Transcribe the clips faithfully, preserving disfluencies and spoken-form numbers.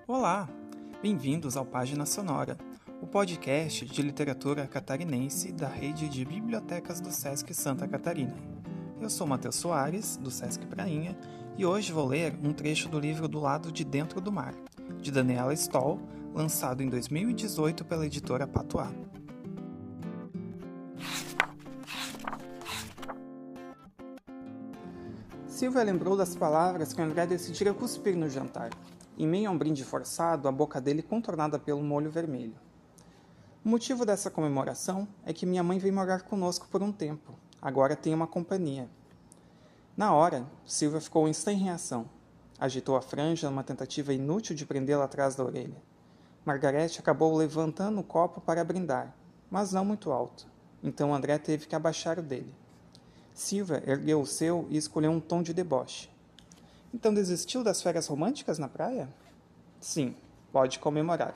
Olá! Bem-vindos ao Página Sonora, o podcast de literatura catarinense da rede de bibliotecas do Sesc Santa Catarina. Eu sou Matheus Soares, do Sesc Prainha, e hoje vou ler um trecho do livro Do Lado de Dentro do Mar, de Daniela Stoll, lançado em dois mil e dezoito pela editora Patois. Silvia lembrou das palavras que André decidira cuspir no jantar. Em meio a um brinde forçado, a boca dele contornada pelo molho vermelho. O motivo dessa comemoração é que minha mãe veio morar conosco por um tempo. Agora tem uma companhia. Na hora, Silvia ficou sem reação. Agitou a franja numa tentativa inútil de prendê-la atrás da orelha. Margarete acabou levantando o copo para brindar, mas não muito alto. Então André teve que abaixar o dele. Silvia ergueu o seu e escolheu um tom de deboche. Então desistiu das férias românticas na praia? Sim, pode comemorar.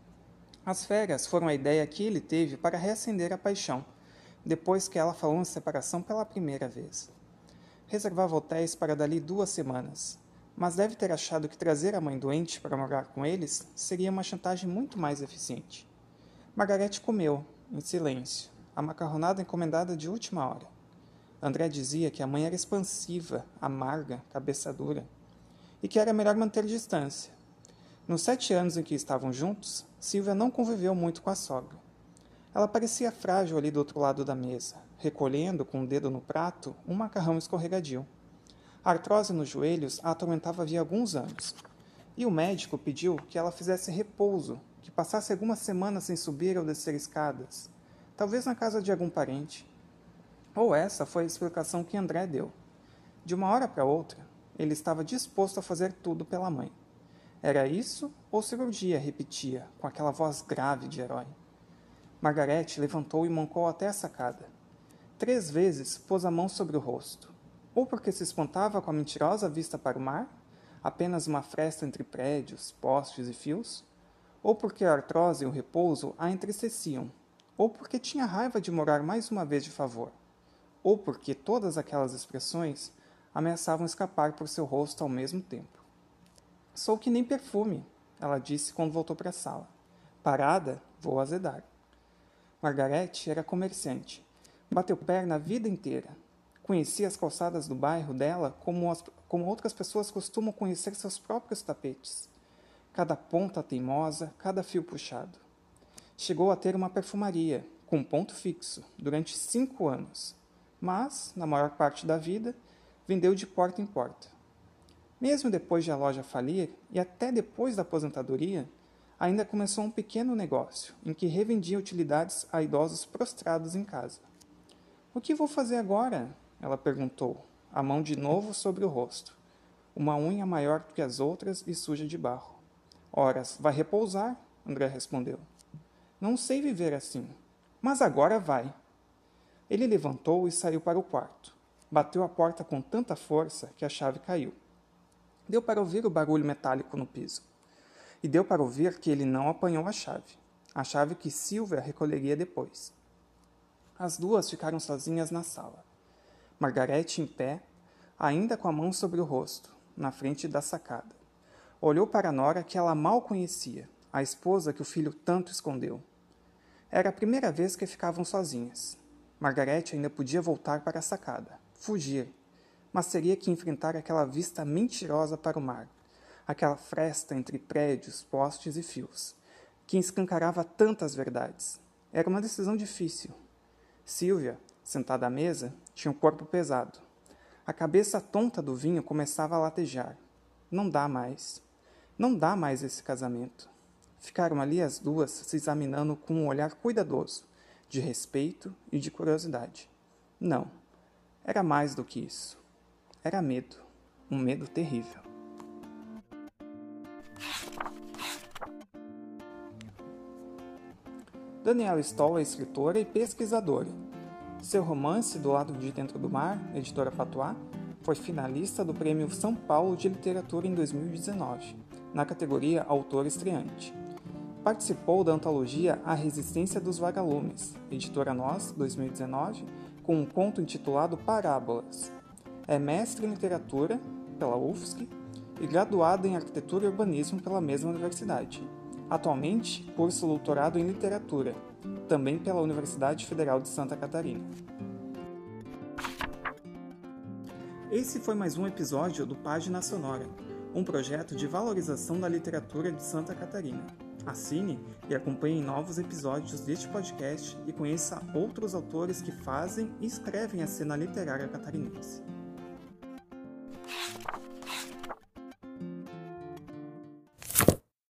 As férias foram a ideia que ele teve para reacender a paixão, depois que ela falou em separação pela primeira vez. Reservava hotéis para dali duas semanas, mas deve ter achado que trazer a mãe doente para morar com eles seria uma chantagem muito mais eficiente. Margarete comeu, em silêncio, a macarronada encomendada de última hora. André dizia que a mãe era expansiva, amarga, cabeça dura, e que era melhor manter distância. Nos sete anos em que estavam juntos, Silvia não conviveu muito com a sogra. Ela parecia frágil ali do outro lado da mesa, recolhendo com o dedo no prato um macarrão escorregadio. A artrose nos joelhos a atormentava havia alguns anos, e o médico pediu que ela fizesse repouso, que passasse algumas semanas sem subir ou descer escadas, talvez na casa de algum parente. Ou essa foi a explicação que André deu. De uma hora para outra, ele estava disposto a fazer tudo pela mãe. Era isso ou cirurgia, repetia, com aquela voz grave de herói. Margarete levantou e mancou até a sacada. Três vezes pôs a mão sobre o rosto. Ou porque se espantava com a mentirosa vista para o mar, apenas uma fresta entre prédios, postes e fios, ou porque a artrose e o repouso a entristeciam, ou porque tinha raiva de morar mais uma vez de favor, ou porque todas aquelas expressões ameaçavam escapar por seu rosto ao mesmo tempo. Sou que nem perfume, ela disse quando voltou para a sala. Parada, vou azedar. Margarete era comerciante. Bateu perna a vida inteira. Conhecia as calçadas do bairro dela como, as, como outras pessoas costumam conhecer seus próprios tapetes. Cada ponta teimosa, cada fio puxado. Chegou a ter uma perfumaria, com um ponto fixo, durante cinco anos. Mas, na maior parte da vida, vendeu de porta em porta. Mesmo depois de a loja falir, e até depois da aposentadoria, ainda começou um pequeno negócio, em que revendia utilidades a idosos prostrados em casa. O que vou fazer agora? Ela perguntou, a mão de novo sobre o rosto, uma unha maior do que as outras e suja de barro. Horas, vai repousar? André respondeu. Não sei viver assim, mas agora vai. Ele levantou e saiu para o quarto. Bateu a porta com tanta força que a chave caiu. Deu para ouvir o barulho metálico no piso. E deu para ouvir que ele não apanhou a chave. A chave que Silvia recolheria depois. As duas ficaram sozinhas na sala. Margarete em pé, ainda com a mão sobre o rosto, na frente da sacada. Olhou para a nora que ela mal conhecia, a esposa que o filho tanto escondeu. Era a primeira vez que ficavam sozinhas. Margarete ainda podia voltar para a sacada, fugir, mas teria que enfrentar aquela vista mentirosa para o mar, aquela fresta entre prédios, postes e fios, que escancarava tantas verdades. Era uma decisão difícil. Silvia, sentada à mesa, tinha o corpo pesado. A cabeça tonta do vinho começava a latejar. Não dá mais. Não dá mais esse casamento. Ficaram ali as duas se examinando com um olhar cuidadoso, de respeito e de curiosidade. Não, era mais do que isso. Era medo, um medo terrível. Daniela Stoll é escritora e pesquisadora. Seu romance Do Lado de Dentro do Mar, editora Patois, foi finalista do Prêmio São Paulo de Literatura em dois mil e dezenove, na categoria Autor Estreante. Participou da antologia A Resistência dos Vagalumes, editora Nós, dois mil e dezenove, com um conto intitulado Parábolas. É mestre em literatura pela U F S C e graduada em Arquitetura e Urbanismo pela mesma universidade. Atualmente, cursa doutorado em Literatura, também pela Universidade Federal de Santa Catarina. Esse foi mais um episódio do Página Sonora, um projeto de valorização da literatura de Santa Catarina. Assine e acompanhe novos episódios deste podcast e conheça outros autores que fazem e escrevem a cena literária catarinense.